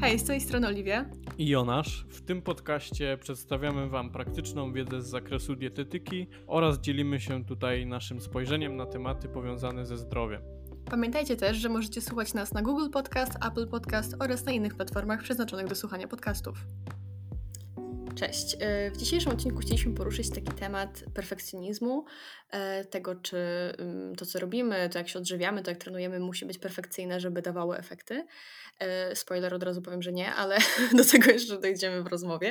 Hej, z tej strony Oliwia i Jonasz. W tym podcaście przedstawiamy Wam praktyczną wiedzę z zakresu dietetyki oraz dzielimy się tutaj naszym spojrzeniem na tematy powiązane ze zdrowiem. Pamiętajcie też, że możecie słuchać nas na Google Podcast, Apple Podcast oraz na innych platformach przeznaczonych do słuchania podcastów. Cześć. W dzisiejszym odcinku chcieliśmy poruszyć taki temat perfekcjonizmu, tego czy to, co robimy, to jak się odżywiamy, to jak trenujemy, musi być perfekcyjne, żeby dawało efekty. Spoiler, od razu powiem, że nie, ale do tego jeszcze dojdziemy w rozmowie.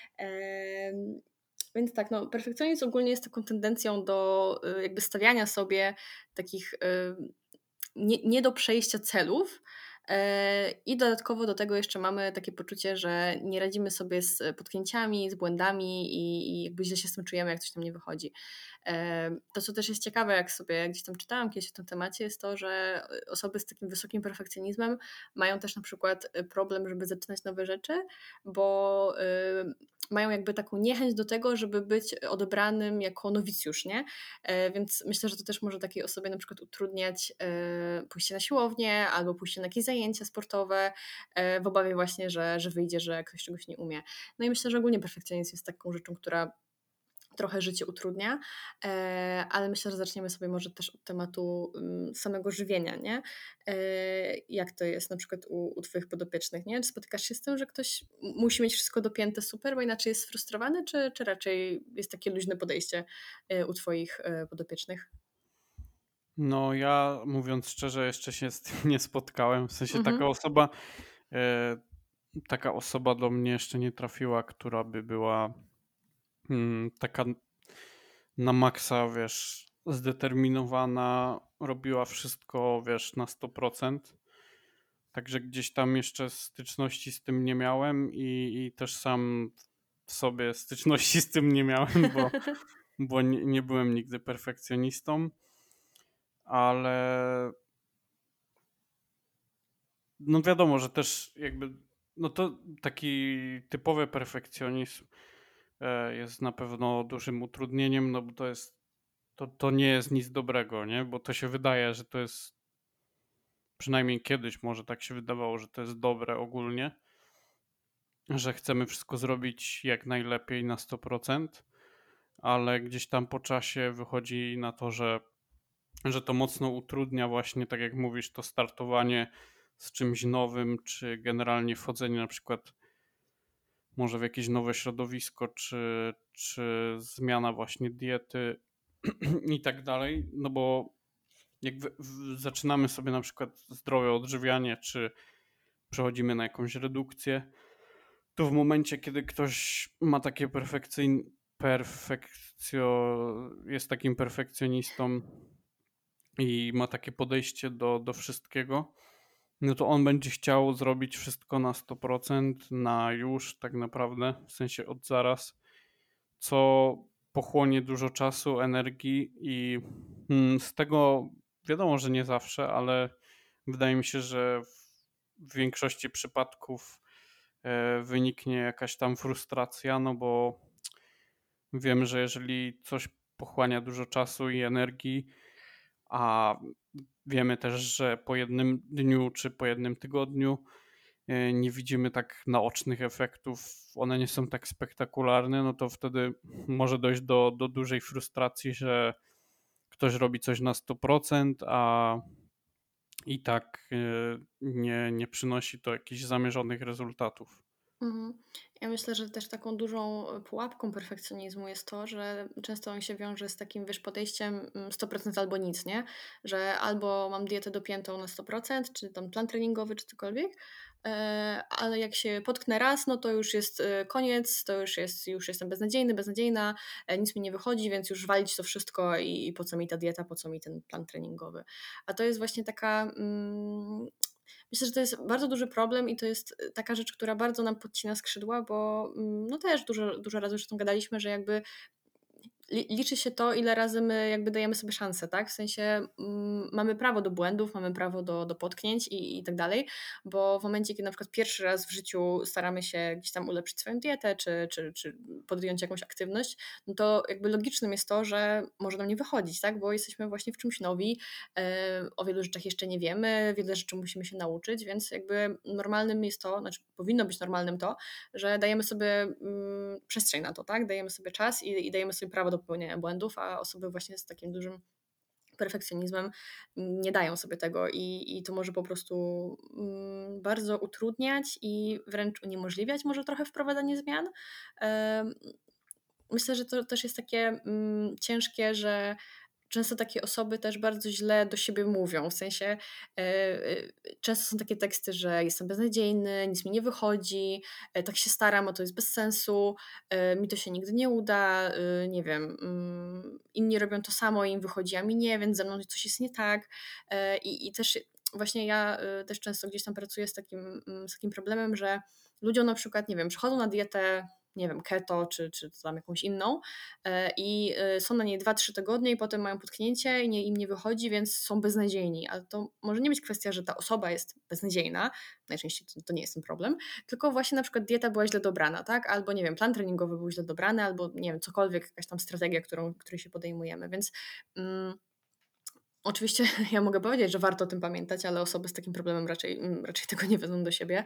Więc tak, perfekcjonizm ogólnie jest taką tendencją do jakby stawiania sobie takich nie do przejścia celów. I dodatkowo do tego jeszcze mamy takie poczucie, że nie radzimy sobie z potknięciami, z błędami i jakby źle się z tym czujemy, jak coś tam nie wychodzi. To, co też jest ciekawe, jak sobie gdzieś tam czytałam kiedyś o tym temacie, jest to, że osoby z takim wysokim perfekcjonizmem mają też na przykład problem, żeby zaczynać nowe rzeczy, bo mają jakby taką niechęć do tego, żeby być odebranym jako nowicjusz, nie? Więc myślę, że to też może takiej osobie na przykład utrudniać pójście na siłownię albo pójście na jakieś zajęcia sportowe w obawie właśnie, że wyjdzie, że ktoś czegoś nie umie. No i myślę, że ogólnie perfekcjonizm jest taką rzeczą, która trochę życie utrudnia, ale myślę, że zaczniemy sobie może też od tematu samego żywienia, nie? Jak to jest na przykład u Twoich podopiecznych, nie? Czy spotykasz się z tym, że ktoś musi mieć wszystko dopięte super, bo inaczej jest sfrustrowany, czy raczej jest takie luźne podejście u Twoich podopiecznych? No ja, mówiąc szczerze, jeszcze się z tym nie spotkałem. W sensie Mhm. taka osoba do mnie jeszcze nie trafiła, która by była taka na maksa, wiesz, zdeterminowana, robiła wszystko, wiesz, na 100%. Także gdzieś tam jeszcze styczności z tym nie miałem i też sam w sobie styczności z tym nie miałem, bo nie byłem nigdy perfekcjonistą, ale no wiadomo, że też jakby no to taki typowy perfekcjonizm jest na pewno dużym utrudnieniem, no bo to nie jest nic dobrego, nie? Bo to się wydaje, że to jest, przynajmniej kiedyś może tak się wydawało, że to jest dobre ogólnie, że chcemy wszystko zrobić jak najlepiej na 100%, ale gdzieś tam po czasie wychodzi na to, że to mocno utrudnia właśnie, tak jak mówisz, to startowanie z czymś nowym, czy generalnie wchodzenie na przykład może w jakieś nowe środowisko, czy zmiana właśnie diety i tak dalej, no bo jak zaczynamy sobie na przykład zdrowe odżywianie, czy przechodzimy na jakąś redukcję, to w momencie, kiedy ktoś ma takie jest takim perfekcjonistą i ma takie podejście do wszystkiego, no to on będzie chciał zrobić wszystko na 100%, na już tak naprawdę, w sensie od zaraz, co pochłonie dużo czasu, energii i z tego wiadomo, że nie zawsze, ale wydaje mi się, że w większości przypadków wyniknie jakaś tam frustracja, no bo wiem, że jeżeli coś pochłania dużo czasu i energii, a wiemy też, że po jednym dniu czy po jednym tygodniu nie widzimy tak naocznych efektów, one nie są tak spektakularne, no to wtedy może dojść do dużej frustracji, że ktoś robi coś na 100%, a i tak nie przynosi to jakichś zamierzonych rezultatów. Mhm. Ja myślę, że też taką dużą pułapką perfekcjonizmu jest to, że często on się wiąże z takim, wiesz, podejściem 100% albo nic, nie? Że albo mam dietę dopiętą na 100%, czy tam plan treningowy, czy cokolwiek, ale jak się potknę raz, no to już jest koniec, to już jestem beznadziejna, nic mi nie wychodzi, więc już walić to wszystko i po co mi ta dieta, po co mi ten plan treningowy. A to jest właśnie taka... Myślę, że to jest bardzo duży problem i to jest taka rzecz, która bardzo nam podcina skrzydła, bo no też dużo razy już o tym gadaliśmy, że jakby liczy się to, ile razy my jakby dajemy sobie szansę, tak? W sensie mamy prawo do błędów, mamy prawo do potknięć i tak dalej, bo w momencie, kiedy na przykład pierwszy raz w życiu staramy się gdzieś tam ulepszyć swoją dietę, czy podjąć jakąś aktywność, no to jakby logicznym jest to, że może nam nie wychodzić, tak? Bo jesteśmy właśnie w czymś nowi, o wielu rzeczach jeszcze nie wiemy, wiele rzeczy musimy się nauczyć, więc jakby normalnym jest to, znaczy powinno być normalnym to, że dajemy sobie przestrzeń na to, tak? Dajemy sobie czas i dajemy sobie prawo do popełniania błędów, a osoby właśnie z takim dużym perfekcjonizmem nie dają sobie tego i to może po prostu bardzo utrudniać i wręcz uniemożliwiać może trochę wprowadzanie zmian. Myślę, że to też jest takie ciężkie, że często takie osoby też bardzo źle do siebie mówią, w sensie często są takie teksty, że jestem beznadziejny, nic mi nie wychodzi, tak się staram, a to jest bez sensu, mi to się nigdy nie uda, nie wiem, inni robią to samo i im wychodzi, a mi nie, więc ze mną coś jest nie tak i też właśnie ja też często gdzieś tam pracuję z takim problemem, że ludziom na przykład, nie wiem, przychodzą na dietę, nie wiem, keto czy tam jakąś inną i są na niej 2-3 tygodnie i potem mają potknięcie i im nie wychodzi, więc są beznadziejni. Ale to może nie być kwestia, że ta osoba jest beznadziejna, najczęściej to nie jest ten problem, tylko właśnie na przykład dieta była źle dobrana, tak? Albo nie wiem, plan treningowy był źle dobrany, albo nie wiem, cokolwiek, jakaś tam strategia, której się podejmujemy, więc oczywiście ja mogę powiedzieć, że warto o tym pamiętać, ale osoby z takim problemem raczej tego nie wezmą do siebie.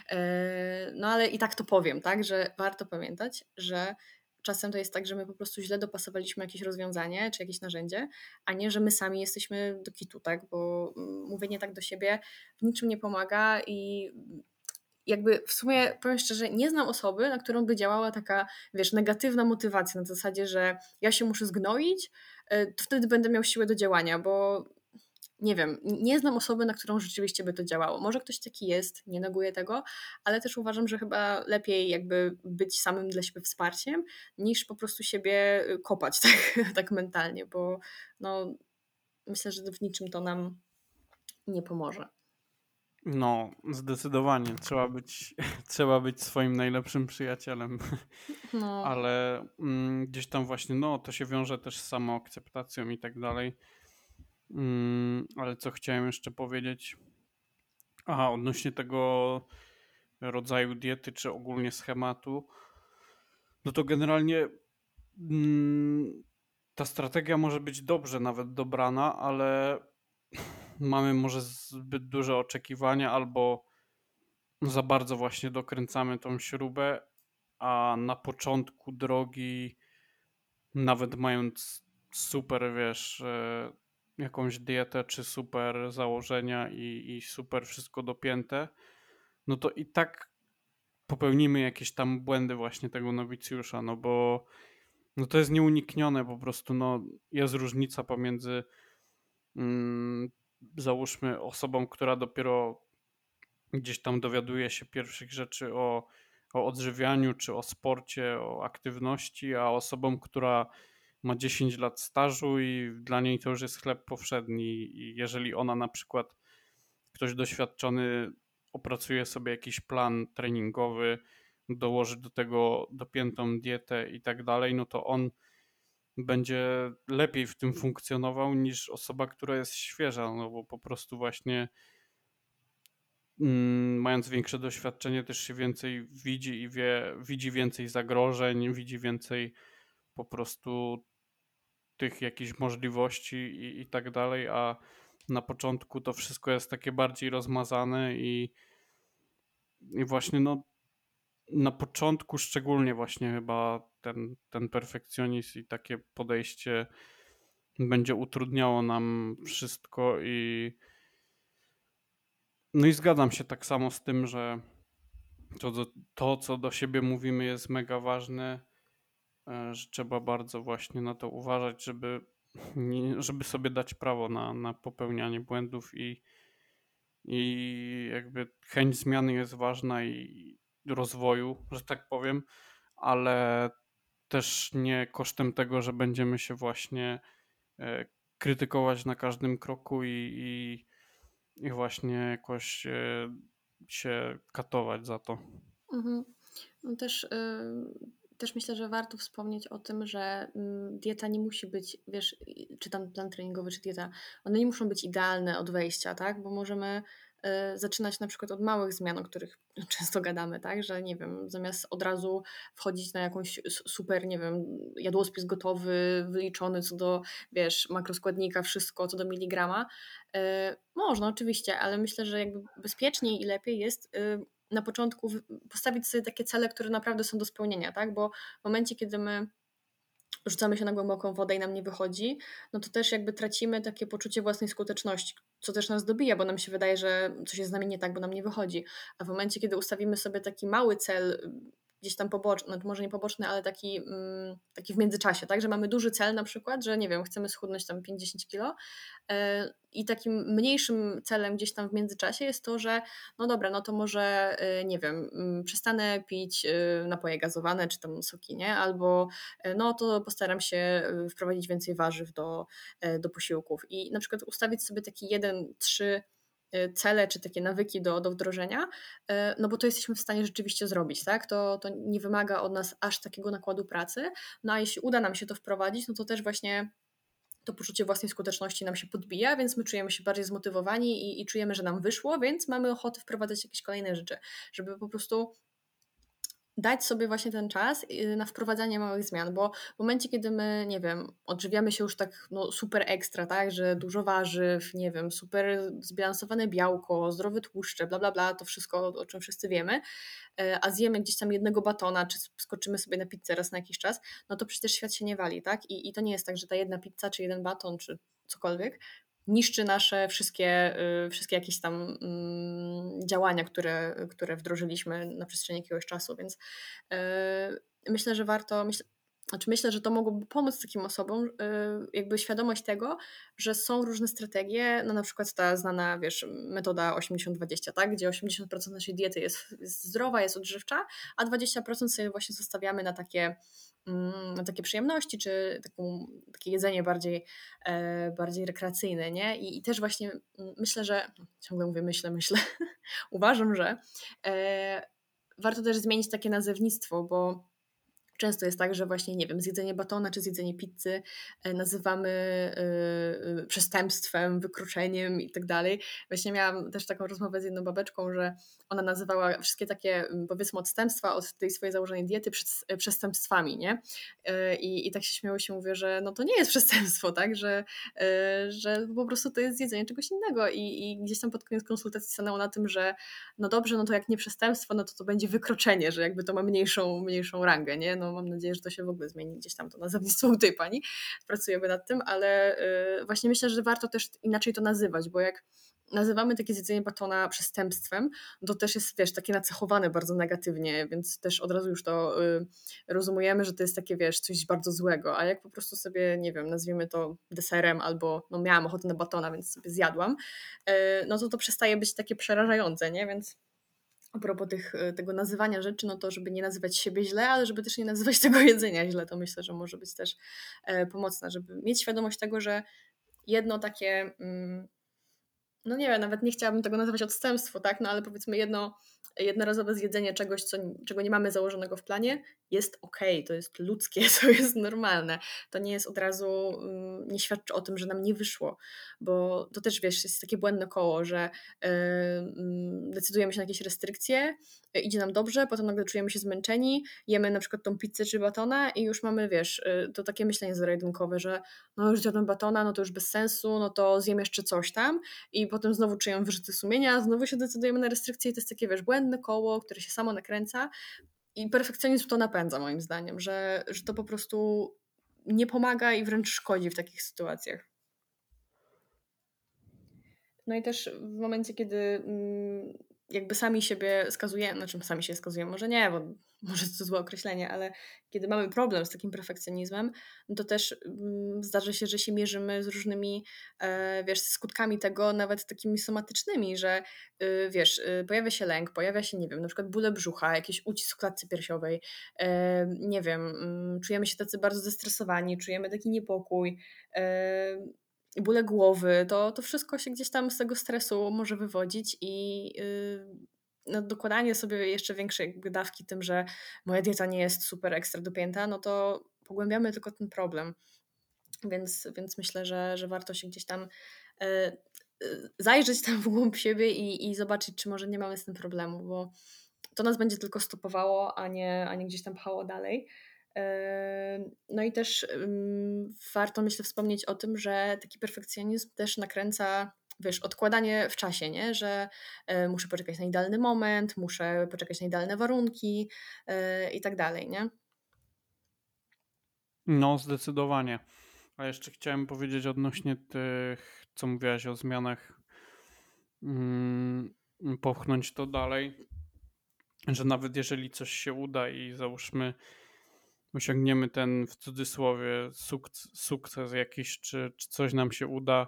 No ale i tak to powiem, tak, że warto pamiętać, że czasem to jest tak, że my po prostu źle dopasowaliśmy jakieś rozwiązanie czy jakieś narzędzie, a nie, że my sami jesteśmy do kitu, tak, bo mówienie tak do siebie w niczym nie pomaga i jakby w sumie, powiem szczerze, nie znam osoby, na którą by działała taka, wiesz, negatywna motywacja na zasadzie, że ja się muszę zgnoić, to wtedy będę miał siłę do działania, bo nie wiem, nie znam osoby, na którą rzeczywiście by to działało. Może ktoś taki jest, nie neguję tego, ale też uważam, że chyba lepiej jakby być samym dla siebie wsparciem, niż po prostu siebie kopać tak mentalnie, bo no, myślę, że w niczym to nam nie pomoże. No, zdecydowanie. Trzeba być swoim najlepszym przyjacielem. No. Ale gdzieś tam właśnie, no, to się wiąże też z samoakceptacją i tak dalej. Ale co chciałem jeszcze powiedzieć? Aha, odnośnie tego rodzaju diety, czy ogólnie schematu, no to generalnie ta strategia może być dobrze nawet dobrana, ale mamy może zbyt duże oczekiwania albo za bardzo właśnie dokręcamy tą śrubę, a na początku drogi, nawet mając super, wiesz, jakąś dietę czy super założenia i super wszystko dopięte, no to i tak popełnimy jakieś tam błędy właśnie tego nowicjusza, no bo no to jest nieuniknione po prostu, no jest różnica pomiędzy mm, załóżmy osobą, która dopiero gdzieś tam dowiaduje się pierwszych rzeczy o odżywianiu, czy o sporcie, o aktywności, a osobą, która ma 10 lat stażu i dla niej to już jest chleb powszedni. I jeżeli ona na przykład, ktoś doświadczony, opracuje sobie jakiś plan treningowy, dołoży do tego dopiętą dietę i tak dalej, no to on będzie lepiej w tym funkcjonował niż osoba, która jest świeża, no bo po prostu właśnie mając większe doświadczenie, też się więcej widzi i widzi więcej zagrożeń, widzi więcej po prostu tych jakichś możliwości i tak dalej, a na początku to wszystko jest takie bardziej rozmazane i właśnie no na początku szczególnie właśnie chyba ten perfekcjonizm i takie podejście będzie utrudniało nam wszystko no i zgadzam się tak samo z tym, że to, co do siebie mówimy, jest mega ważne, że trzeba bardzo właśnie na to uważać, żeby sobie dać prawo na popełnianie błędów i jakby chęć zmiany jest ważna i rozwoju, że tak powiem, ale też nie kosztem tego, że będziemy się właśnie krytykować na każdym kroku i właśnie jakoś się katować za to. Mhm. No też też myślę, że warto wspomnieć o tym, że dieta nie musi być, wiesz, czy tam plan treningowy, czy dieta, one nie muszą być idealne od wejścia, tak? Bo możemy zaczynać na przykład od małych zmian, o których często gadamy, tak? Że nie wiem, zamiast od razu wchodzić na jakąś super, nie wiem, jadłospis gotowy, wyliczony co do, wiesz, makroskładnika, wszystko co do miligrama. Można oczywiście, ale myślę, że jakby bezpieczniej i lepiej jest na początku postawić sobie takie cele, które naprawdę są do spełnienia, tak? Bo w momencie, kiedy my rzucamy się na głęboką wodę i nam nie wychodzi, no to też jakby tracimy takie poczucie własnej skuteczności, co też nas dobija, bo nam się wydaje, że coś jest z nami nie tak, bo nam nie wychodzi. A w momencie, kiedy ustawimy sobie taki mały cel, gdzieś tam poboczny, może nie poboczny, ale taki w międzyczasie, tak, że mamy duży cel na przykład, że nie wiem, chcemy schudnąć tam 50 kilo i takim mniejszym celem gdzieś tam w międzyczasie jest to, że no dobra, no to może nie wiem, przestanę pić napoje gazowane czy tam soki, nie? Albo no to postaram się wprowadzić więcej warzyw do posiłków i na przykład ustawić sobie taki 1-3 cele czy takie nawyki do wdrożenia, no bo to jesteśmy w stanie rzeczywiście zrobić, tak? To nie wymaga od nas aż takiego nakładu pracy, no a jeśli uda nam się to wprowadzić, no to też właśnie to poczucie własnej skuteczności nam się podbija, więc my czujemy się bardziej zmotywowani i czujemy, że nam wyszło, więc mamy ochotę wprowadzać jakieś kolejne rzeczy, żeby po prostu dać sobie właśnie ten czas na wprowadzanie małych zmian, bo w momencie, kiedy my, nie wiem, odżywiamy się już tak no, super ekstra, tak, że dużo warzyw, nie wiem, super zbilansowane białko, zdrowe tłuszcze, bla, bla, bla, to wszystko, o czym wszyscy wiemy, a zjemy gdzieś tam jednego batona, czy skoczymy sobie na pizzę raz na jakiś czas, no to przecież świat się nie wali, tak? I to nie jest tak, że ta jedna pizza, czy jeden baton, czy cokolwiek niszczy nasze wszystkie jakieś tam działania, które wdrożyliśmy na przestrzeni jakiegoś czasu, więc myślę, że warto, myślę, że to mogłoby pomóc takim osobom, jakby świadomość tego, że są różne strategie, no na przykład ta znana, wiesz, metoda 80-20, tak? Gdzie 80% naszej diety jest zdrowa, jest odżywcza, a 20% sobie właśnie zostawiamy na takie przyjemności, czy takie jedzenie bardziej rekreacyjne, nie? I też właśnie myślę, że, ciągle mówię myślę, uważam, że warto też zmienić takie nazewnictwo, bo często jest tak, że właśnie, nie wiem, zjedzenie batona czy zjedzenie pizzy nazywamy przestępstwem, wykroczeniem i tak dalej. Właśnie miałam też taką rozmowę z jedną babeczką, że ona nazywała wszystkie takie, powiedzmy, odstępstwa od tej swojej założonej diety przestępstwami, nie? I tak się śmiało się mówię, że no to nie jest przestępstwo, tak? Że po prostu to jest jedzenie czegoś innego i gdzieś tam pod koniec konsultacji stanęło na tym, że no dobrze, no to jak nie przestępstwo, no to będzie wykroczenie, że jakby to ma mniejszą rangę, nie? No mam nadzieję, że to się w ogóle zmieni gdzieś tam to nazewnictwo u tej pani. Pracujemy nad tym, ale właśnie myślę, że warto też inaczej to nazywać, bo jak nazywamy takie zjedzenie batona przestępstwem, to też jest, wiesz, takie nacechowane bardzo negatywnie, więc też od razu już to rozumiemy, że to jest takie, wiesz, coś bardzo złego, a jak po prostu sobie, nie wiem, nazwiemy to deserem albo no miałam ochotę na batona, więc sobie zjadłam, no to przestaje być takie przerażające, nie? Więc a propos tego nazywania rzeczy, no to żeby nie nazywać siebie źle, ale żeby też nie nazywać tego jedzenia źle, to myślę, że może być też pomocne, żeby mieć świadomość tego, że jedno takie, no nie wiem, nawet nie chciałabym tego nazywać odstępstwo, tak, no ale powiedzmy jednorazowe zjedzenie czegoś, czego nie mamy założonego w planie, jest okej, to jest ludzkie, to jest normalne. To nie jest od razu, nie świadczy o tym, że nam nie wyszło, bo to też, wiesz, jest takie błędne koło, że decydujemy się na jakieś restrykcje, idzie nam dobrze, potem nagle czujemy się zmęczeni, jemy na przykład tą pizzę czy batona i już mamy, wiesz, to takie myślenie zero-jedynkowe, że no już zjadłem batona, no to już bez sensu, no to zjem jeszcze coś tam i potem znowu czuję wyrzuty sumienia, znowu się decydujemy na restrykcje i to jest takie, wiesz, błędne koło, które się samo nakręca i perfekcjonizm to napędza moim zdaniem, że to po prostu nie pomaga i wręcz szkodzi w takich sytuacjach. No i też w momencie, kiedy jakby sami siebie skazujemy, znaczy sami się skazujemy, może nie, bo może to złe określenie, ale kiedy mamy problem z takim perfekcjonizmem, no to też zdarza się, że się mierzymy z różnymi, wiesz, skutkami tego, nawet takimi somatycznymi, że wiesz, pojawia się lęk, pojawia się, nie wiem, na przykład bóle brzucha, jakiś ucisk w klatce piersiowej, nie wiem, czujemy się tacy bardzo zestresowani, czujemy taki niepokój, bóle głowy, to wszystko się gdzieś tam z tego stresu może wywodzić i no, dokładanie sobie jeszcze większej jakby dawki tym, że moja dieta nie jest super ekstra dopięta, no to pogłębiamy tylko ten problem. Więc myślę, że warto się gdzieś tam e, zajrzeć tam w głąb siebie i zobaczyć, czy może nie mamy z tym problemu, bo to nas będzie tylko stopowało, a nie gdzieś tam pchało dalej. No i też warto, myślę, wspomnieć o tym, że taki perfekcjonizm też nakręca, wiesz, odkładanie w czasie, nie? Że muszę poczekać na idealny moment, muszę poczekać na idealne warunki i tak dalej, nie? No, zdecydowanie. A jeszcze chciałem powiedzieć odnośnie tych, co mówiłaś o zmianach, mm, popchnąć to dalej, że nawet jeżeli coś się uda i załóżmy osiągniemy ten w cudzysłowie sukces jakiś, czy coś nam się uda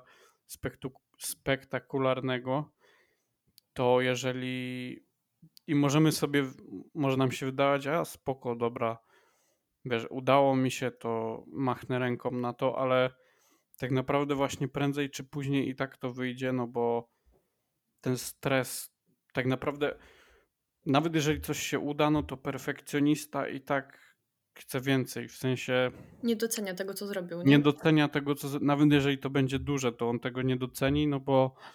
spektakularnego, to jeżeli i możemy sobie, może nam się wydawać, a spoko, dobra, wiesz, udało mi się, to machnę ręką na to, ale tak naprawdę właśnie prędzej czy później i tak to wyjdzie, no bo ten stres tak naprawdę, nawet jeżeli coś się uda, no to perfekcjonista i tak chce więcej, w sensie Nie docenia tego, co zrobił, nie nie? docenia tego, nawet jeżeli to będzie duże, to on tego nie doceni, no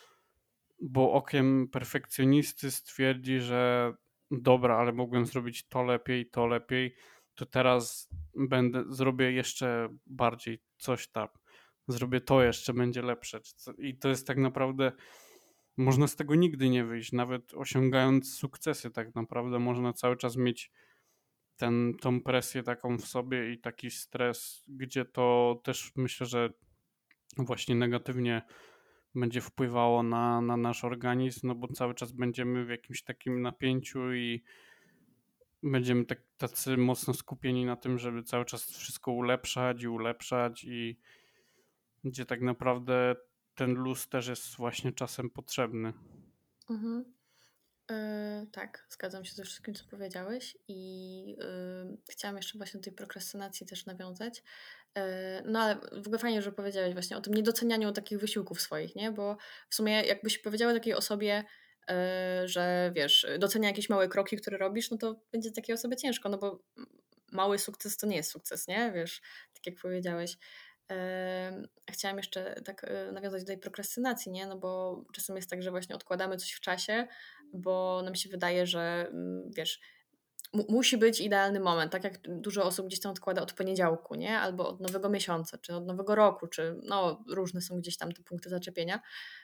bo okiem perfekcjonisty stwierdzi, że dobra, ale mogłem zrobić to lepiej, to teraz zrobię jeszcze bardziej coś tam. Zrobię to jeszcze, będzie lepsze. I to jest tak naprawdę, można z tego nigdy nie wyjść, nawet osiągając sukcesy tak naprawdę można cały czas mieć tą presję taką w sobie i taki stres, gdzie to też myślę, że właśnie negatywnie będzie wpływało na nasz organizm, no bo cały czas będziemy w jakimś takim napięciu i będziemy tacy mocno skupieni na tym, żeby cały czas wszystko ulepszać i gdzie tak naprawdę ten luz też jest właśnie czasem potrzebny. Mhm. Tak, zgadzam się ze wszystkim, co powiedziałeś i chciałam jeszcze właśnie do tej prokrastynacji też nawiązać. No ale w ogóle fajnie, że powiedziałeś właśnie o tym niedocenianiu takich wysiłków swoich, nie? Bo w sumie jakbyś powiedziała takiej osobie, że wiesz, docenia jakieś małe kroki, które robisz, no to będzie takiej osobie ciężko, no bo mały sukces to nie jest sukces, nie? Wiesz, tak jak powiedziałeś. Chciałam jeszcze tak nawiązać do tej prokrastynacji, nie? No bo czasem jest tak, że właśnie odkładamy coś w czasie, bo nam się wydaje, że wiesz, musi być idealny moment, tak jak dużo osób gdzieś tam odkłada od poniedziałku, nie? Albo od nowego miesiąca, czy od nowego roku, czy no różne są gdzieś tam te punkty zaczepienia.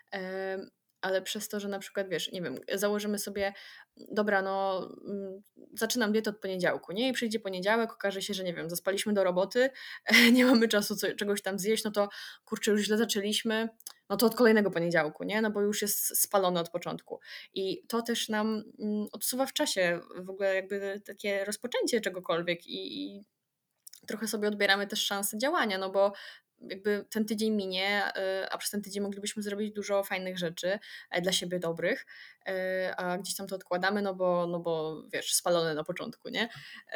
Ale przez to, że na przykład, wiesz, nie wiem, założymy sobie, dobra, no zaczynam dietę od poniedziałku, nie? I przyjdzie poniedziałek, okaże się, że nie wiem, zaspaliśmy do roboty, nie mamy czasu czegoś tam zjeść, no to kurczę, już źle zaczęliśmy, no to od kolejnego poniedziałku, nie? No bo już jest spalone od początku. I to też nam odsuwa w czasie w ogóle jakby takie rozpoczęcie czegokolwiek i trochę sobie odbieramy też szansę działania, no bo jakby ten tydzień minie, a przez ten tydzień moglibyśmy zrobić dużo fajnych rzeczy dla siebie dobrych, a gdzieś tam to odkładamy, no bo wiesz, spalone na początku, nie?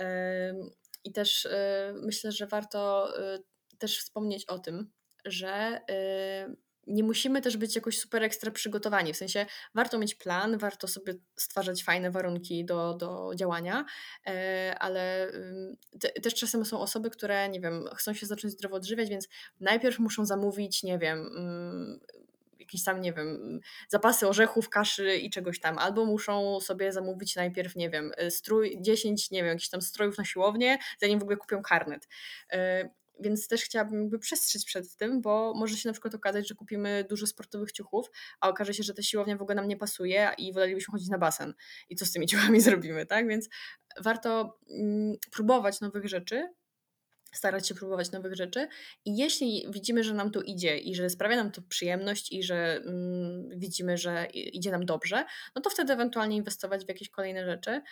I też myślę, że warto też wspomnieć o tym, że nie musimy też być jakoś super ekstra przygotowani, w sensie warto mieć plan, warto sobie stwarzać fajne warunki do działania, ale też czasem są osoby, które, nie wiem, chcą się zacząć zdrowo odżywiać, więc najpierw muszą zamówić, nie wiem, jakieś tam, nie wiem, zapasy orzechów, kaszy i czegoś tam, albo muszą sobie zamówić najpierw, nie wiem, 10, nie wiem, jakichś tam strojów na siłownię, zanim w ogóle kupią karnet. Więc też chciałabym jakby przestrzec przed tym, bo może się na przykład okazać, że kupimy dużo sportowych ciuchów, a okaże się, że ta siłownia w ogóle nam nie pasuje i wolelibyśmy chodzić na basen. I co z tymi ciuchami zrobimy, tak? Więc warto próbować nowych rzeczy, starać się próbować nowych rzeczy i jeśli widzimy, że nam to idzie i że sprawia nam to przyjemność i że widzimy, że idzie nam dobrze, no to wtedy ewentualnie inwestować w jakieś kolejne rzeczy,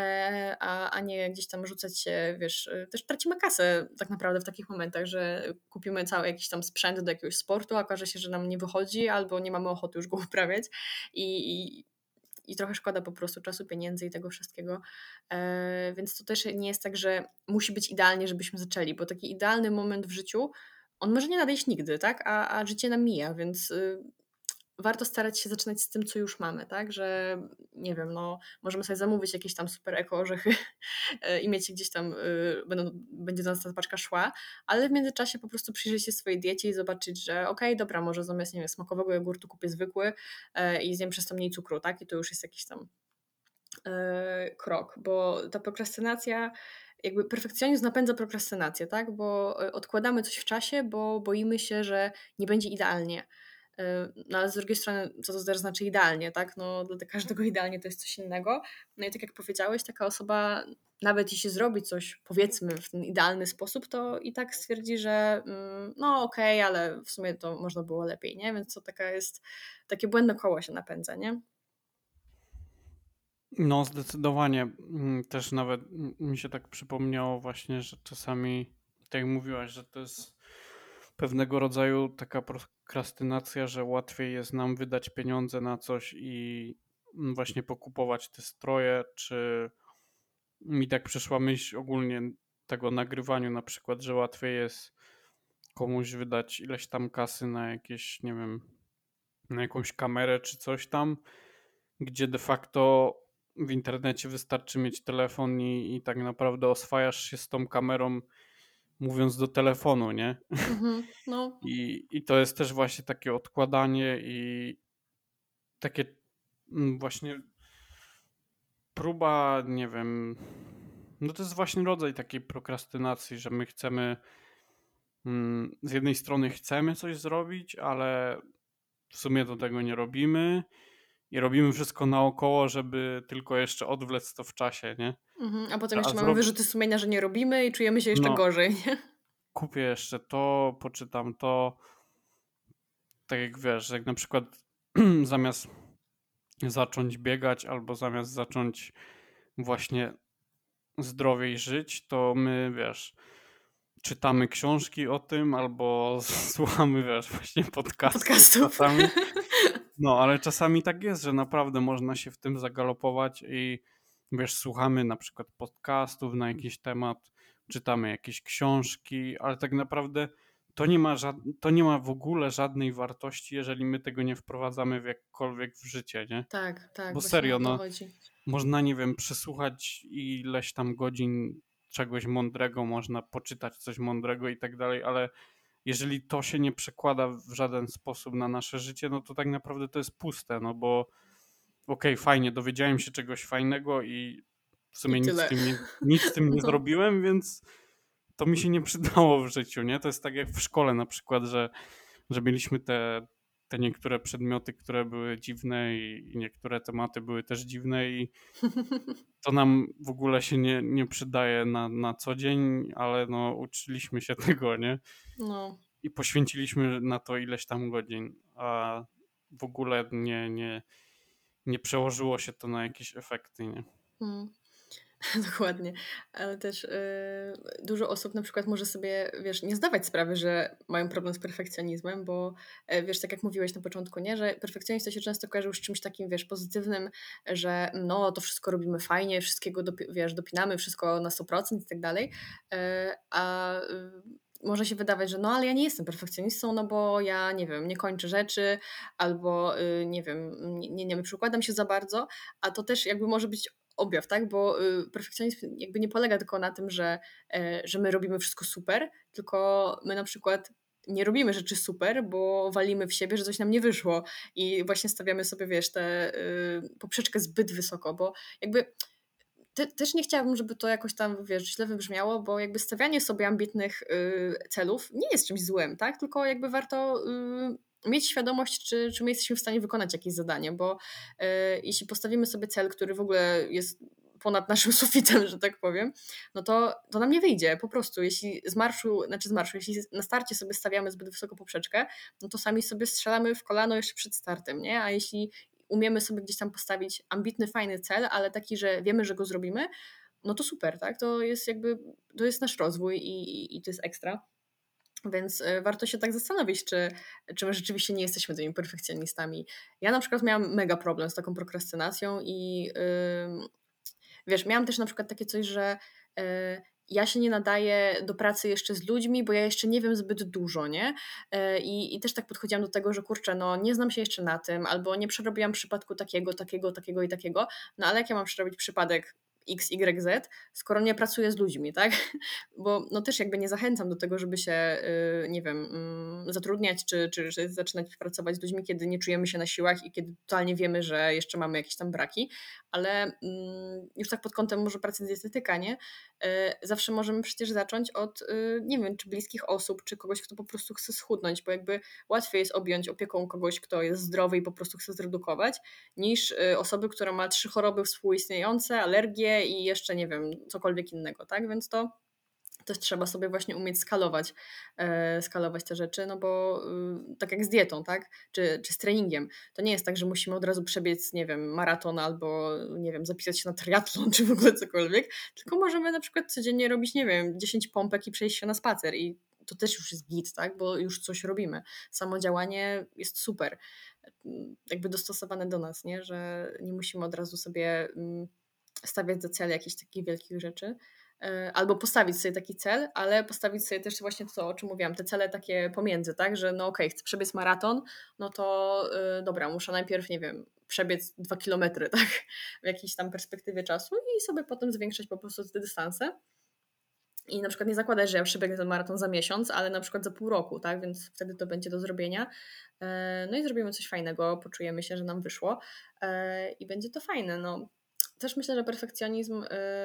a nie gdzieś tam rzucać się, wiesz, też tracimy kasę tak naprawdę w takich momentach, że kupimy cały jakiś tam sprzęt do jakiegoś sportu, a okaże się, że nam nie wychodzi albo nie mamy ochoty już go uprawiać i trochę szkoda po prostu czasu, pieniędzy i tego wszystkiego. Więc to też nie jest tak, że musi być idealnie, żebyśmy zaczęli, bo taki idealny moment w życiu, on może nie nadejść nigdy, tak? A życie nam mija, więc warto starać się zaczynać z tym, co już mamy, tak? Że nie wiem, no możemy sobie zamówić jakieś tam super eko orzechy i mieć je gdzieś tam, będzie do nas ta paczka szła, ale w międzyczasie po prostu przyjrzeć się swojej diecie i zobaczyć, że okej, dobra, może zamiast, nie wiem, smakowego jogurtu kupię zwykły i zjem przez to mniej cukru, tak? I to już jest jakiś tam krok, bo ta prokrastynacja, jakby perfekcjonizm napędza prokrastynację, tak? Bo odkładamy coś w czasie, bo boimy się, że nie będzie idealnie. No ale z drugiej strony, co to też znaczy idealnie, tak? No dla każdego idealnie to jest coś innego. No i tak jak powiedziałeś, taka osoba, nawet jeśli zrobi coś, powiedzmy, w ten idealny sposób, to i tak stwierdzi, że no okej, ale w sumie to można było lepiej, nie? Więc to takie błędne koło się napędza, nie? No, zdecydowanie. Też nawet mi się tak przypomniało właśnie, że czasami, tak jak mówiłaś, że to jest pewnego rodzaju taka prokrastynacja, że łatwiej jest nam wydać pieniądze na coś i właśnie pokupować te stroje, czy mi tak przyszła myśl ogólnie tego nagrywaniu na przykład, że łatwiej jest komuś wydać ileś tam kasy na jakieś, nie wiem, na jakąś kamerę czy coś tam, gdzie de facto w internecie wystarczy mieć telefon i tak naprawdę oswajasz się z tą kamerą, mówiąc do telefonu, nie? No, I to jest też właśnie takie odkładanie i takie właśnie próba, nie wiem, no to jest właśnie rodzaj takiej prokrastynacji, że my chcemy, z jednej strony chcemy coś zrobić, ale w sumie do tego nie robimy i robimy wszystko naokoło, żeby tylko jeszcze odwlec to w czasie, nie? A potem A jeszcze mamy wyrzuty sumienia, że nie robimy i czujemy się jeszcze no, gorzej, nie? kupię jeszcze to, poczytam to. Tak jak wiesz, jak na przykład zamiast zacząć biegać albo zamiast zacząć właśnie zdrowiej żyć, to my, wiesz, czytamy książki o tym albo słuchamy, wiesz, właśnie podcastów Podcastów. czasami. No, ale czasami tak jest, że naprawdę można się w tym zagalopować i wiesz, słuchamy na przykład podcastów na jakiś temat, czytamy jakieś książki, ale tak naprawdę to nie ma w ogóle żadnej wartości, jeżeli my tego nie wprowadzamy w jakkolwiek w życie, nie? Tak, Bo właśnie serio, o to no, chodzi. można, nie wiem, przesłuchać ileś tam godzin czegoś mądrego, można poczytać coś mądrego i tak dalej, ale jeżeli to się nie przekłada w żaden sposób na nasze życie, no to tak naprawdę to jest puste, no bo okej, fajnie, dowiedziałem się czegoś fajnego i w I sumie tyle. nic z tym nie No. zrobiłem, więc to mi się nie przydało w życiu, nie? To jest tak jak w szkole na przykład, że mieliśmy te niektóre przedmioty, które były dziwne i niektóre tematy były też dziwne i to nam w ogóle się nie przydaje na co dzień, ale no uczyliśmy się tego, nie? No. I poświęciliśmy na to ileś tam godzin, a w ogóle nie przełożyło się to na jakieś efekty, nie? Mm. Dokładnie. Ale też dużo osób na przykład może sobie, wiesz, nie zdawać sprawy, że mają problem z perfekcjonizmem, bo wiesz, tak jak mówiłeś na początku, nie, że perfekcjonizm to się często kojarzy z czymś takim, wiesz, pozytywnym, że no, to wszystko robimy fajnie, wszystkiego, wiesz, dopinamy, wszystko na 100% i tak dalej, może się wydawać, że no, ale ja nie jestem perfekcjonistą, no bo ja, nie wiem, nie kończę rzeczy, albo nie wiem, nie przykładam się za bardzo, a to też jakby może być objaw, tak? Bo perfekcjonizm jakby nie polega tylko na tym, że my robimy wszystko super, tylko my na przykład nie robimy rzeczy super, bo walimy w siebie, że coś nam nie wyszło i właśnie stawiamy sobie, wiesz, tę poprzeczkę zbyt wysoko, bo jakby też nie chciałabym, żeby to jakoś tam, wiesz, źle wybrzmiało, bo jakby stawianie sobie ambitnych celów nie jest czymś złym, tak? Tylko jakby warto mieć świadomość, czy my jesteśmy w stanie wykonać jakieś zadanie, bo jeśli postawimy sobie cel, który w ogóle jest ponad naszym sufitem, że tak powiem, no to nam nie wyjdzie. Po prostu, jeśli jeśli na starcie sobie stawiamy zbyt wysoką poprzeczkę, no to sami sobie strzelamy w kolano jeszcze przed startem, nie? A jeśli umiemy sobie gdzieś tam postawić ambitny, fajny cel, ale taki, że wiemy, że go zrobimy, no to super, tak? To jest nasz rozwój i to jest ekstra. Więc warto się tak zastanowić, czy my rzeczywiście nie jesteśmy tymi perfekcjonistami. Ja na przykład miałam mega problem z taką prokrastynacją i wiesz, miałam też na przykład takie coś, że ja się nie nadaję do pracy jeszcze z ludźmi, bo ja jeszcze nie wiem zbyt dużo, nie? I też tak podchodziłam do tego, że kurczę, no nie znam się jeszcze na tym, albo nie przerobiłam przypadku takiego, takiego, takiego i takiego, no ale jak ja mam przerobić przypadek X, Y, Z, skoro nie pracuję z ludźmi, tak? Bo no też jakby nie zachęcam do tego, żeby się, nie wiem, zatrudniać, czy zaczynać pracować z ludźmi, kiedy nie czujemy się na siłach i kiedy totalnie wiemy, że jeszcze mamy jakieś tam braki, ale już tak pod kątem może pracy dietetyka, nie? Zawsze możemy przecież zacząć od, nie wiem, czy bliskich osób, czy kogoś, kto po prostu chce schudnąć, bo jakby łatwiej jest objąć opieką kogoś, kto jest zdrowy i po prostu chce zredukować, niż osoby, która ma 3 choroby współistniejące, alergie i jeszcze, nie wiem, cokolwiek innego, tak? Więc to też trzeba sobie właśnie umieć skalować te rzeczy, no bo tak jak z dietą, tak? Czy z treningiem. To nie jest tak, że musimy od razu przebiec, nie wiem, maraton albo, nie wiem, zapisać się na triatlon, czy w ogóle cokolwiek, tylko możemy na przykład codziennie robić, nie wiem, 10 pompek i przejść się na spacer i to też już jest git, tak? Bo już coś robimy. Samo działanie jest super. Jakby dostosowane do nas, nie? Że nie musimy od razu sobie stawiać za cel jakichś takich wielkich rzeczy, albo postawić sobie taki cel, ale postawić sobie też właśnie to, o czym mówiłam, te cele takie pomiędzy, tak, że no okej, chcę przebiec maraton, no to dobra, muszę najpierw, nie wiem, przebiec 2 kilometry, tak, w jakiejś tam perspektywie czasu i sobie potem zwiększać po prostu te dystanse. I na przykład nie zakładać, że ja przebiegnę ten maraton za miesiąc, ale na przykład za pół roku, tak? Więc wtedy to będzie do zrobienia. No i zrobimy coś fajnego, poczujemy się, że nam wyszło i będzie to fajne. No. Też myślę, że perfekcjonizm.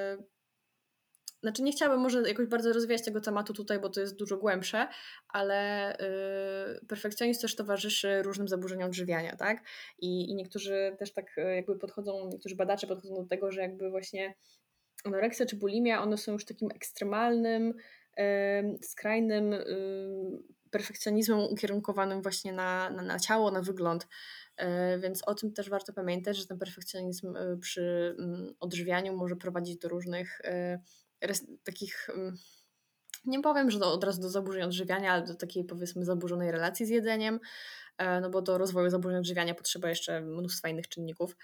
Znaczy nie chciałabym może jakoś bardzo rozwijać tego tematu tutaj, bo to jest dużo głębsze, ale perfekcjonizm też towarzyszy różnym zaburzeniom odżywiania, tak? I niektórzy też tak jakby podchodzą, niektórzy badacze podchodzą do tego, że jakby właśnie anoreksja czy bulimia, one są już takim ekstremalnym, skrajnym perfekcjonizmem ukierunkowanym właśnie na ciało, na wygląd. Więc o tym też warto pamiętać, że ten perfekcjonizm przy odżywianiu może prowadzić do różnych takich, nie powiem, że od razu do zaburzeń odżywiania, ale do takiej powiedzmy zaburzonej relacji z jedzeniem, no bo do rozwoju zaburzeń odżywiania potrzeba jeszcze mnóstwa innych czynników.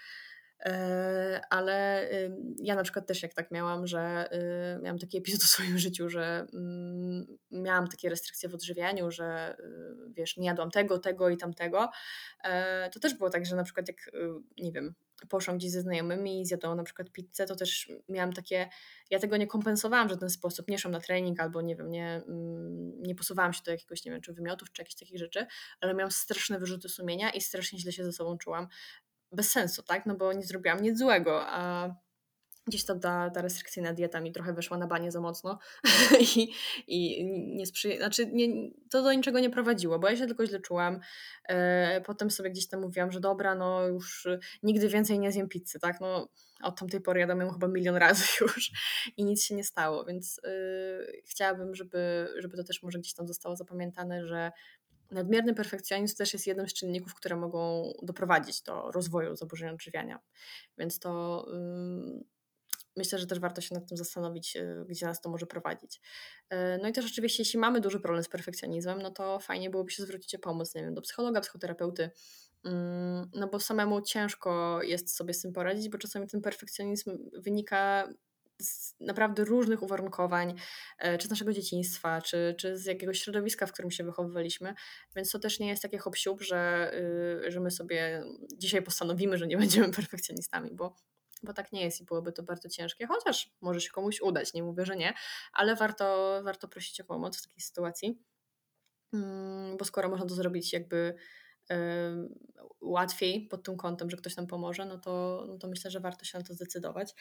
Ale ja na przykład też jak tak miałam, że miałam taki epizod w swoim życiu, że miałam takie restrykcje w odżywianiu, że wiesz, nie jadłam tego i tamtego. To też było tak, że na przykład jak, nie wiem, poszłam gdzieś ze znajomymi i zjadłam na przykład pizzę, to też miałam takie, ja tego nie kompensowałam w żaden sposób, nie szłam na trening albo nie wiem, nie posuwałam się do jakiegoś, nie wiem, czy wymiotów, czy jakichś takich rzeczy, ale miałam straszne wyrzuty sumienia i strasznie źle się ze sobą czułam. Bez sensu, tak? No bo nie zrobiłam nic złego, a gdzieś to ta restrykcyjna dieta mi trochę weszła na banie za mocno i nie znaczy to do niczego nie prowadziło, bo ja się tylko źle czułam. Potem sobie gdzieś tam mówiłam, że dobra, no już nigdy więcej nie zjem pizzy, tak? No od tamtej pory jadłam ją chyba 1 000 000 razy już i nic się nie stało, więc chciałabym, żeby to też może gdzieś tam zostało zapamiętane, że nadmierny perfekcjonizm też jest jednym z czynników, które mogą doprowadzić do rozwoju zaburzeń odżywiania. Więc to myślę, że też warto się nad tym zastanowić, gdzie nas to może prowadzić. No i też oczywiście, jeśli mamy duży problem z perfekcjonizmem, no to fajnie byłoby się zwrócić o pomoc, nie wiem, do psychologa, psychoterapeuty, no bo samemu ciężko jest sobie z tym poradzić, bo czasami ten perfekcjonizm wynika z naprawdę różnych uwarunkowań, czy z naszego dzieciństwa, czy z jakiegoś środowiska, w którym się wychowywaliśmy, więc to też nie jest takie hop-siup, że my sobie dzisiaj postanowimy, że nie będziemy perfekcjonistami, bo tak nie jest i byłoby to bardzo ciężkie, chociaż może się komuś udać, nie mówię, że nie, ale warto prosić o pomoc w takiej sytuacji, bo skoro można to zrobić jakby łatwiej pod tym kątem, że ktoś nam pomoże, no to myślę, że warto się na to zdecydować.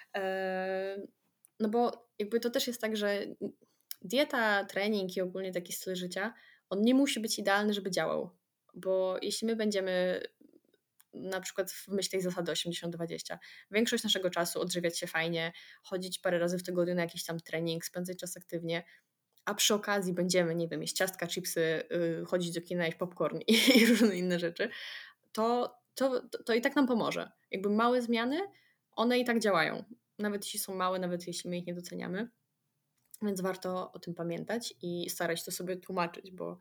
No bo jakby to też jest tak, że dieta, trening i ogólnie taki styl życia, on nie musi być idealny, żeby działał. Bo jeśli my będziemy na przykład w myśl tej zasady 80-20, większość naszego czasu odżywiać się fajnie, chodzić parę razy w tygodniu na jakiś tam trening, spędzać czas aktywnie, a przy okazji będziemy, nie wiem, jeść ciastka, chipsy, chodzić do kina, jeść popcorn i różne inne rzeczy, to i tak nam pomoże. Jakby małe zmiany, one i tak działają. Nawet jeśli są małe, nawet jeśli my ich nie doceniamy. Więc warto o tym pamiętać i starać się to sobie tłumaczyć, bo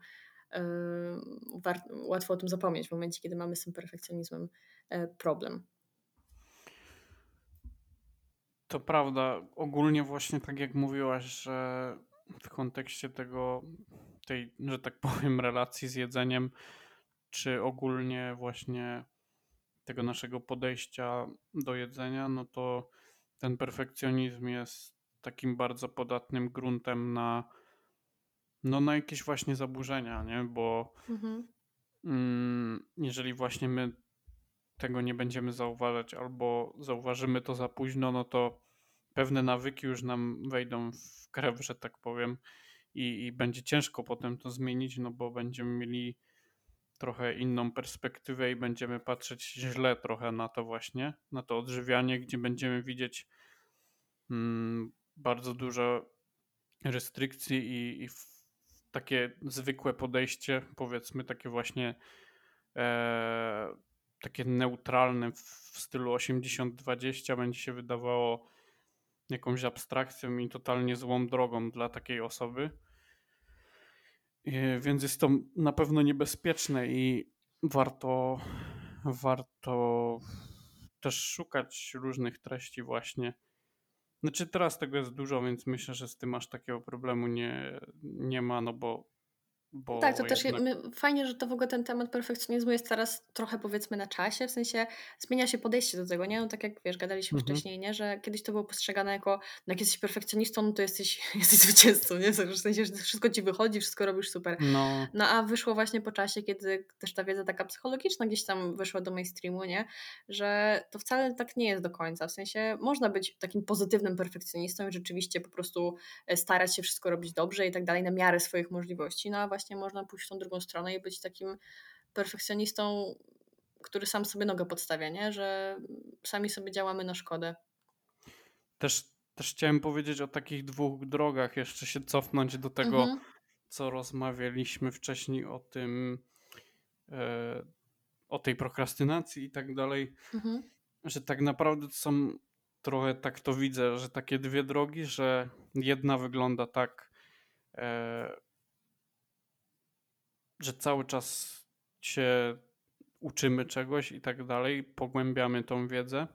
łatwo o tym zapomnieć w momencie, kiedy mamy z tym perfekcjonizmem problem. To prawda, ogólnie właśnie tak jak mówiłaś, że w kontekście że tak powiem, relacji z jedzeniem, czy ogólnie właśnie tego naszego podejścia do jedzenia, no to ten perfekcjonizm jest takim bardzo podatnym gruntem na jakieś właśnie zaburzenia, nie? Bo Mhm. jeżeli właśnie my tego nie będziemy zauważać albo zauważymy to za późno, no to pewne nawyki już nam wejdą w krew, że tak powiem, i będzie ciężko potem to zmienić, no bo będziemy mieli trochę inną perspektywę i będziemy patrzeć źle trochę na to właśnie, na to odżywianie, gdzie będziemy widzieć bardzo dużo restrykcji takie zwykłe podejście, powiedzmy takie właśnie e, takie neutralne w stylu 80-20 będzie się wydawało jakąś abstrakcją i totalnie złą drogą dla takiej osoby. Więc jest to na pewno niebezpieczne i warto też szukać różnych treści właśnie. Znaczy teraz tego jest dużo, więc myślę, że z tym aż takiego problemu nie ma, no No tak, bo to też jednak. fajnie, że to w ogóle ten temat perfekcjonizmu jest teraz trochę powiedzmy na czasie, w sensie zmienia się podejście do tego, nie? No tak jak wiesz, gadaliśmy Mhm. wcześniej, nie? Że kiedyś to było postrzegane jako, no jak jesteś perfekcjonistą, no to jesteś, jesteś zwycięzcą, nie? W sensie, że wszystko ci wychodzi, wszystko robisz super. No, No a wyszło właśnie po czasie, kiedy też ta wiedza taka psychologiczna gdzieś tam wyszła do mainstreamu, nie? Że to wcale tak nie jest do końca. W sensie można być takim pozytywnym perfekcjonistą i rzeczywiście po prostu starać się wszystko robić dobrze i tak dalej na miarę swoich możliwości. No a właśnie można pójść w tą drugą stronę i być takim perfekcjonistą, który sam sobie nogę podstawia, nie? Że sami sobie działamy na szkodę. też chciałem powiedzieć o takich dwóch drogach, jeszcze się cofnąć do tego, Mhm, co rozmawialiśmy wcześniej e, o tej prokrastynacji i tak dalej, mhm, że tak naprawdę to są trochę tak to widzę, że takie dwie drogi, że jedna wygląda tak, e, że cały czas się uczymy czegoś i tak dalej, pogłębiamy tą wiedzę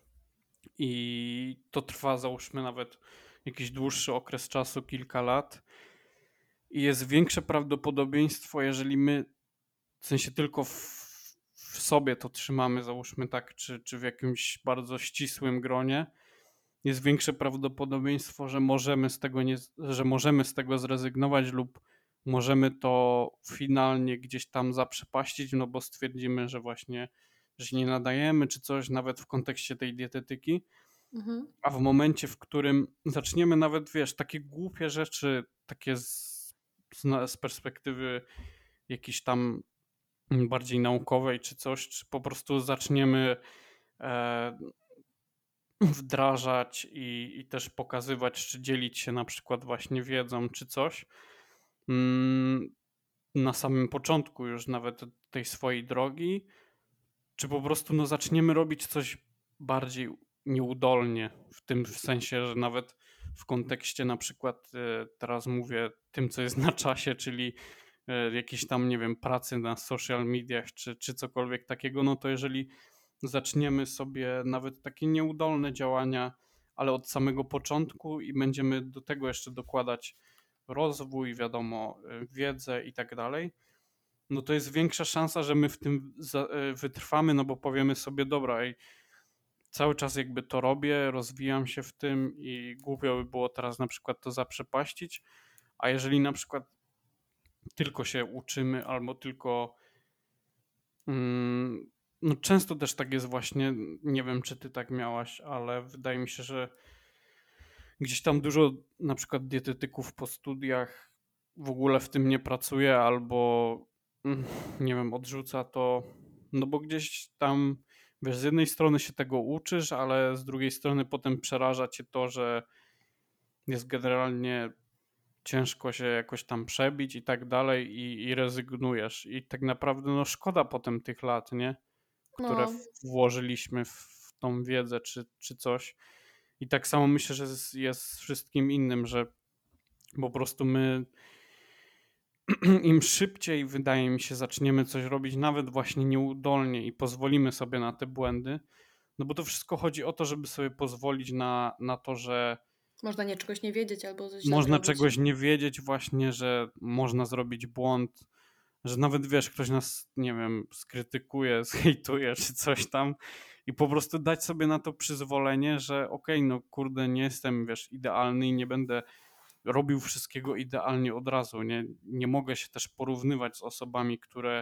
i to trwa załóżmy nawet jakiś dłuższy okres czasu, kilka lat i jest większe prawdopodobieństwo, jeżeli my w sensie tylko w sobie to trzymamy, załóżmy tak, czy w jakimś bardzo ścisłym gronie, jest większe prawdopodobieństwo, że możemy z tego zrezygnować lub możemy to finalnie gdzieś tam zaprzepaścić, no bo stwierdzimy, że właśnie, że się nie nadajemy, czy coś, nawet w kontekście tej dietetyki. mhm. A w momencie, w którym zaczniemy nawet, wiesz, takie głupie rzeczy, takie z perspektywy jakiejś tam bardziej naukowej czy coś, czy po prostu zaczniemy e, wdrażać i też pokazywać, czy dzielić się na przykład właśnie wiedzą czy coś, mm, na samym początku już nawet tej swojej drogi, czy po prostu no, zaczniemy robić coś bardziej nieudolnie, w tym sensie, że nawet w kontekście na przykład teraz mówię tym, co jest na czasie, czyli jakiejś tam, nie wiem, pracy na social mediach czy cokolwiek takiego, no to jeżeli zaczniemy sobie nawet takie nieudolne działania, ale od samego początku i będziemy do tego jeszcze dokładać rozwój, wiadomo, wiedzę i tak dalej, no to jest większa szansa, że my w tym wytrwamy, no bo powiemy sobie, dobra, ej, cały czas jakby to robię, rozwijam się w tym i głupio by było teraz na przykład to zaprzepaścić, a jeżeli na przykład tylko się uczymy albo tylko no często też tak jest właśnie, nie wiem czy ty tak miałaś, ale wydaje mi się, że gdzieś tam dużo na przykład dietetyków po studiach w ogóle w tym nie pracuje albo mm, nie wiem, odrzuca to, no bo gdzieś tam wiesz, z jednej strony się tego uczysz, ale z drugiej strony potem przeraża cię to, że jest generalnie ciężko się jakoś tam przebić i tak dalej i rezygnujesz. I tak naprawdę no szkoda potem tych lat, nie? Które No, włożyliśmy w tą wiedzę czy coś. I tak samo myślę, że jest z wszystkim innym, że po prostu my im szybciej, wydaje mi się, zaczniemy coś robić, nawet właśnie nieudolnie i pozwolimy sobie na te błędy, No bo to wszystko chodzi o to, żeby sobie pozwolić na to, że Można czegoś nie wiedzieć albo coś źle można zrobić. czegoś nie wiedzieć właśnie, że można zrobić błąd, że nawet wiesz, ktoś nas, nie wiem, skrytykuje, zhejtuje czy coś tam i po prostu dać sobie na to przyzwolenie, że okej, no kurde, nie jestem, wiesz, idealny i nie będę robił wszystkiego idealnie od razu, nie mogę się też porównywać z osobami, które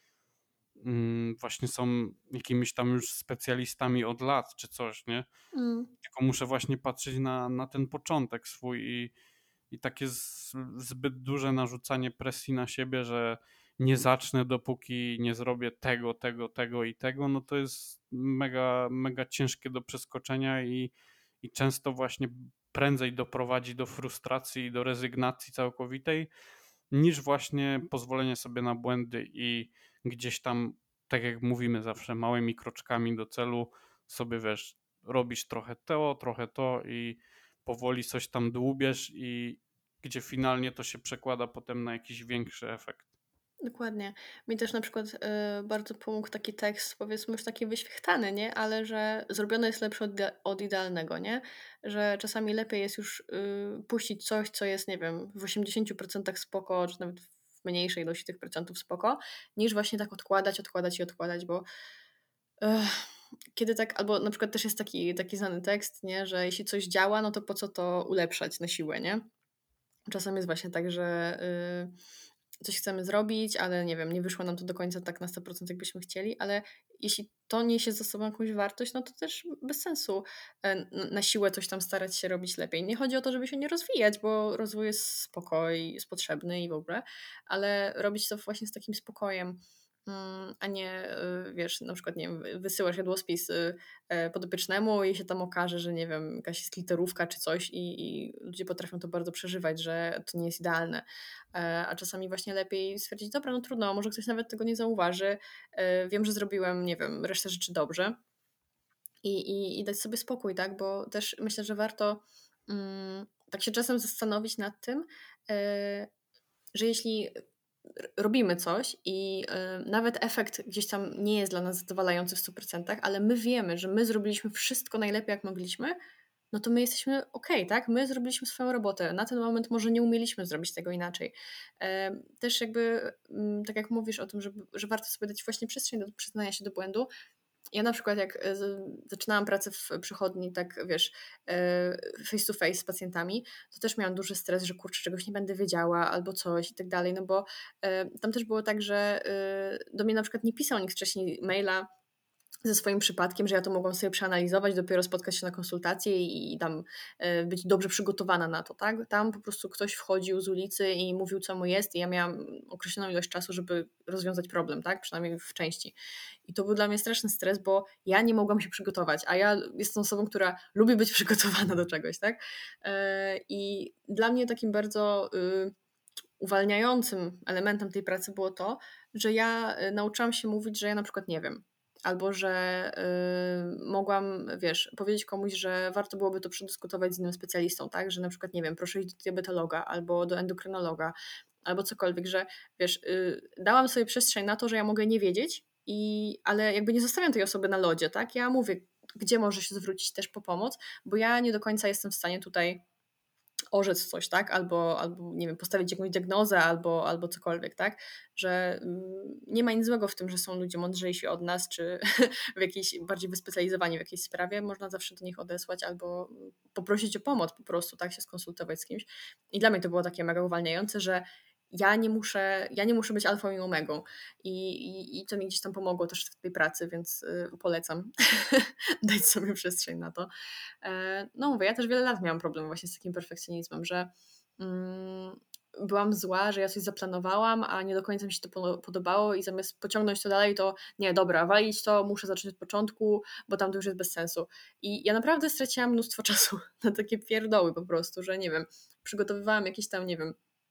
właśnie są jakimiś tam już specjalistami od lat czy coś, nie? Mm. Tylko muszę właśnie patrzeć na ten początek swój i takie zbyt duże narzucanie presji na siebie, że nie zacznę, dopóki nie zrobię tego i tego, no to jest mega, mega ciężkie do przeskoczenia i często właśnie prędzej doprowadzi do frustracji i do rezygnacji całkowitej, niż właśnie pozwolenie sobie na błędy i gdzieś tam, tak jak mówimy zawsze, małymi kroczkami do celu sobie, wiesz, robisz trochę to i powoli coś tam dłubiesz i gdzie finalnie to się przekłada potem na jakiś większy efekt. Dokładnie. Mi też na przykład bardzo pomógł taki tekst, powiedzmy już taki wyświechtany, nie? Ale że zrobione jest lepsze od idealnego, nie? Że czasami lepiej jest już puścić coś, co jest, nie wiem, w 80% spoko, czy nawet w mniejszej ilości tych procentów spoko, niż właśnie tak odkładać, bo ech, kiedy tak, albo na przykład też jest taki znany tekst, nie? Że jeśli coś działa, no to po co to ulepszać na siłę, nie? Czasem jest właśnie tak, że coś chcemy zrobić, ale nie wiem, nie wyszło nam to do końca tak na 100% jakbyśmy chcieli, ale jeśli to niesie za sobą jakąś wartość, no to też bez sensu na siłę coś tam starać się robić lepiej. Nie chodzi o to, żeby się nie rozwijać, bo rozwój jest spokoj, jest potrzebny i w ogóle, ale robić to właśnie z takim spokojem, a nie, wiesz, na przykład, nie wiem, wysyłasz jadłospis podopiecznemu i się tam okaże, że nie wiem, jakaś jest literówka czy coś i ludzie potrafią to bardzo przeżywać, że to nie jest idealne. A czasami właśnie lepiej stwierdzić, dobra, no trudno, może ktoś nawet tego nie zauważy, wiem, że zrobiłem, nie wiem, resztę rzeczy dobrze i dać sobie spokój, tak, bo też myślę, że warto tak się czasem zastanowić nad tym, że jeśli robimy coś i nawet efekt gdzieś tam nie jest dla nas zadowalający w 100%, ale my wiemy, że my zrobiliśmy wszystko najlepiej jak mogliśmy, no to my jesteśmy okej, tak? My zrobiliśmy swoją robotę. Na ten moment może nie umieliśmy zrobić tego inaczej. Też jakby, tak jak mówisz o tym, że warto sobie dać właśnie przestrzeń do przyznania się do błędu. Ja na przykład jak zaczynałam pracę w przychodni, tak wiesz, face to face z pacjentami, to też miałam duży stres, że kurczę, czegoś nie będę wiedziała albo coś i tak dalej, no bo tam też było tak, że do mnie na przykład nie pisał nikt wcześniej maila ze swoim przypadkiem, że ja to mogłam sobie przeanalizować, dopiero spotkać się na konsultację i tam być dobrze przygotowana na to, tak? Tam po prostu ktoś wchodził z ulicy i mówił, co mu jest i ja miałam określoną ilość czasu, żeby rozwiązać problem, tak? Przynajmniej w części. I to był dla mnie straszny stres, bo ja nie mogłam się przygotować, a ja jestem osobą, która lubi być przygotowana do czegoś, tak? I dla mnie takim bardzo uwalniającym elementem tej pracy było to, że ja nauczyłam się mówić, że ja na przykład nie wiem. Albo że mogłam, wiesz, powiedzieć komuś, że warto byłoby to przedyskutować z innym specjalistą, tak? Że na przykład, nie wiem, proszę iść do diabetologa albo do endokrynologa, albo cokolwiek, że wiesz, dałam sobie przestrzeń na to, że ja mogę nie wiedzieć, ale jakby nie zostawiam tej osoby na lodzie, tak? Ja mówię, gdzie może się zwrócić też po pomoc, bo ja nie do końca jestem w stanie tutaj orzec coś, tak? Albo nie wiem, postawić jakąś diagnozę, albo cokolwiek, tak? Że nie ma nic złego w tym, że są ludzie mądrzejsi od nas, czy w jakiejś bardziej wyspecjalizowani w jakiejś sprawie. Można zawsze do nich odesłać albo poprosić o pomoc po prostu, tak? Się skonsultować z kimś. I dla mnie to było takie mega uwalniające, że ja nie muszę być alfą i omegą. I to mi gdzieś tam pomogło też w tej pracy, więc polecam dać sobie przestrzeń na to. No mówię, ja też wiele lat miałam problem właśnie z takim perfekcjonizmem, że byłam zła, że ja coś zaplanowałam, a nie do końca mi się to podobało i zamiast pociągnąć to dalej, to nie, dobra, walić to, muszę zacząć od początku, bo tam to już jest bez sensu. I ja naprawdę straciłam mnóstwo czasu na takie pierdoły po prostu, że nie wiem, przygotowywałam jakieś tam, nie wiem,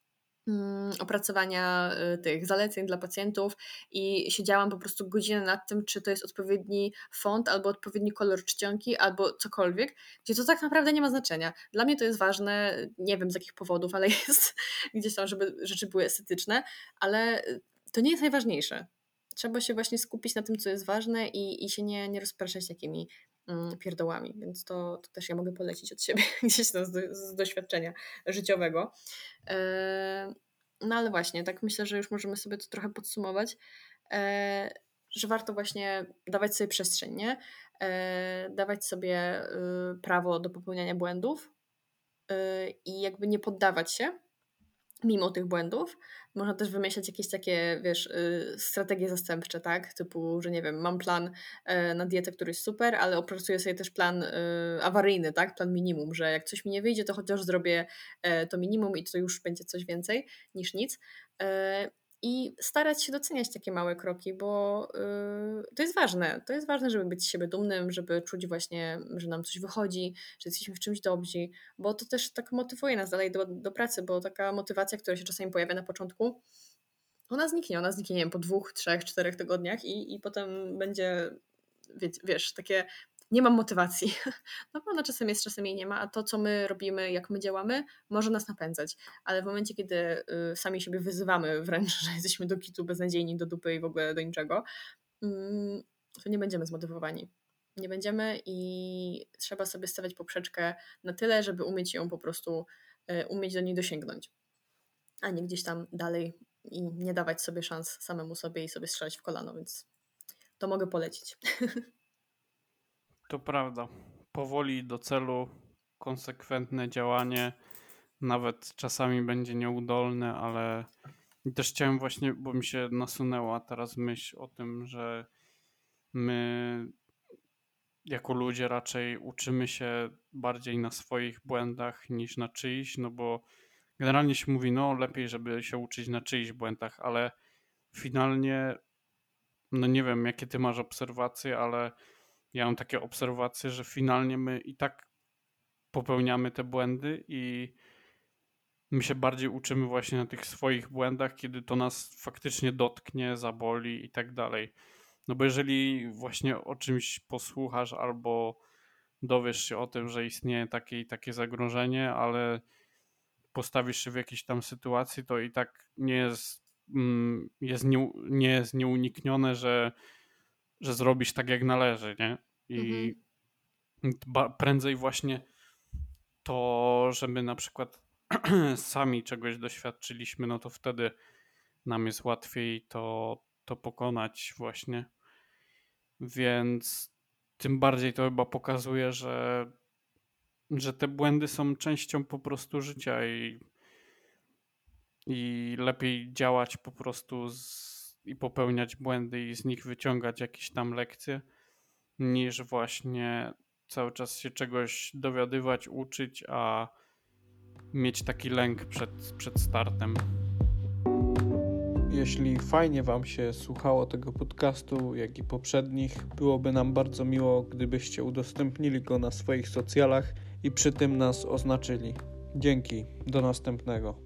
opracowania tych zaleceń dla pacjentów i siedziałam po prostu godzinę nad tym, czy to jest odpowiedni font, albo odpowiedni kolor czcionki, albo cokolwiek, gdzie to tak naprawdę nie ma znaczenia. Dla mnie to jest ważne, nie wiem z jakich powodów, ale jest gdzieś tam, żeby rzeczy były estetyczne, ale to nie jest najważniejsze. Trzeba się właśnie skupić na tym, co jest ważne i się nie rozpraszać takimi pierdołami, więc to też ja mogę polecić od siebie gdzieś tam z doświadczenia życiowego. No ale właśnie, tak myślę, że już możemy sobie to trochę podsumować, że warto właśnie dawać sobie przestrzeń, nie? Dawać sobie prawo do popełniania błędów i jakby nie poddawać się mimo tych błędów. Można też wymyślać jakieś takie, wiesz, strategie zastępcze, tak? Typu, że nie wiem, mam plan na dietę, który jest super, ale opracuję sobie też plan awaryjny, tak? Plan minimum, że jak coś mi nie wyjdzie, to chociaż zrobię to minimum i to już będzie coś więcej niż nic. I starać się doceniać takie małe kroki, bo to jest ważne. To jest ważne, żeby być z siebie dumnym, żeby czuć właśnie, że nam coś wychodzi, że jesteśmy w czymś dobrzy, bo to też tak motywuje nas dalej do pracy, bo taka motywacja, która się czasami pojawia na początku, ona zniknie, nie wiem, po 2, 3, 4 tygodniach i potem będzie, wiesz, takie nie mam motywacji. No bo ona czasem jest, czasem jej nie ma, a to, co my robimy, jak my działamy, może nas napędzać. Ale w momencie, kiedy sami siebie wyzywamy wręcz, że jesteśmy do kitu, beznadziejni, do dupy i w ogóle do niczego, to nie będziemy zmotywowani. Nie będziemy i trzeba sobie stawiać poprzeczkę na tyle, żeby umieć ją po prostu, umieć do niej dosięgnąć. A nie gdzieś tam dalej i nie dawać sobie szans samemu sobie i sobie strzelać w kolano, więc to mogę polecić. To prawda. Powoli do celu, konsekwentne działanie, nawet czasami będzie nieudolne, ale też chciałem właśnie, bo mi się nasunęła teraz myśl o tym, że my jako ludzie raczej uczymy się bardziej na swoich błędach niż na czyichś, no bo generalnie się mówi, no lepiej, żeby się uczyć na czyichś błędach, ale finalnie, no nie wiem, jakie ty masz obserwacje, ale ja mam takie obserwacje, że finalnie my i tak popełniamy te błędy i my się bardziej uczymy właśnie na tych swoich błędach, kiedy to nas faktycznie dotknie, zaboli i tak dalej. No bo jeżeli właśnie o czymś posłuchasz albo dowiesz się o tym, że istnieje takie i takie zagrożenie, ale postawisz się w jakiejś tam sytuacji, to i tak nie jest nieuniknione, że zrobisz tak jak należy, nie? I prędzej właśnie to, że my na przykład sami czegoś doświadczyliśmy, no to wtedy nam jest łatwiej to pokonać właśnie. Więc tym bardziej to chyba pokazuje, że te błędy są częścią po prostu życia i lepiej działać po prostu i popełniać błędy i z nich wyciągać jakieś tam lekcje, niż właśnie cały czas się czegoś dowiadywać, uczyć, a mieć taki lęk przed startem. Jeśli fajnie Wam się słuchało tego podcastu, jak i poprzednich, byłoby nam bardzo miło, gdybyście udostępnili go na swoich socjalach i przy tym nas oznaczyli. Dzięki, do następnego.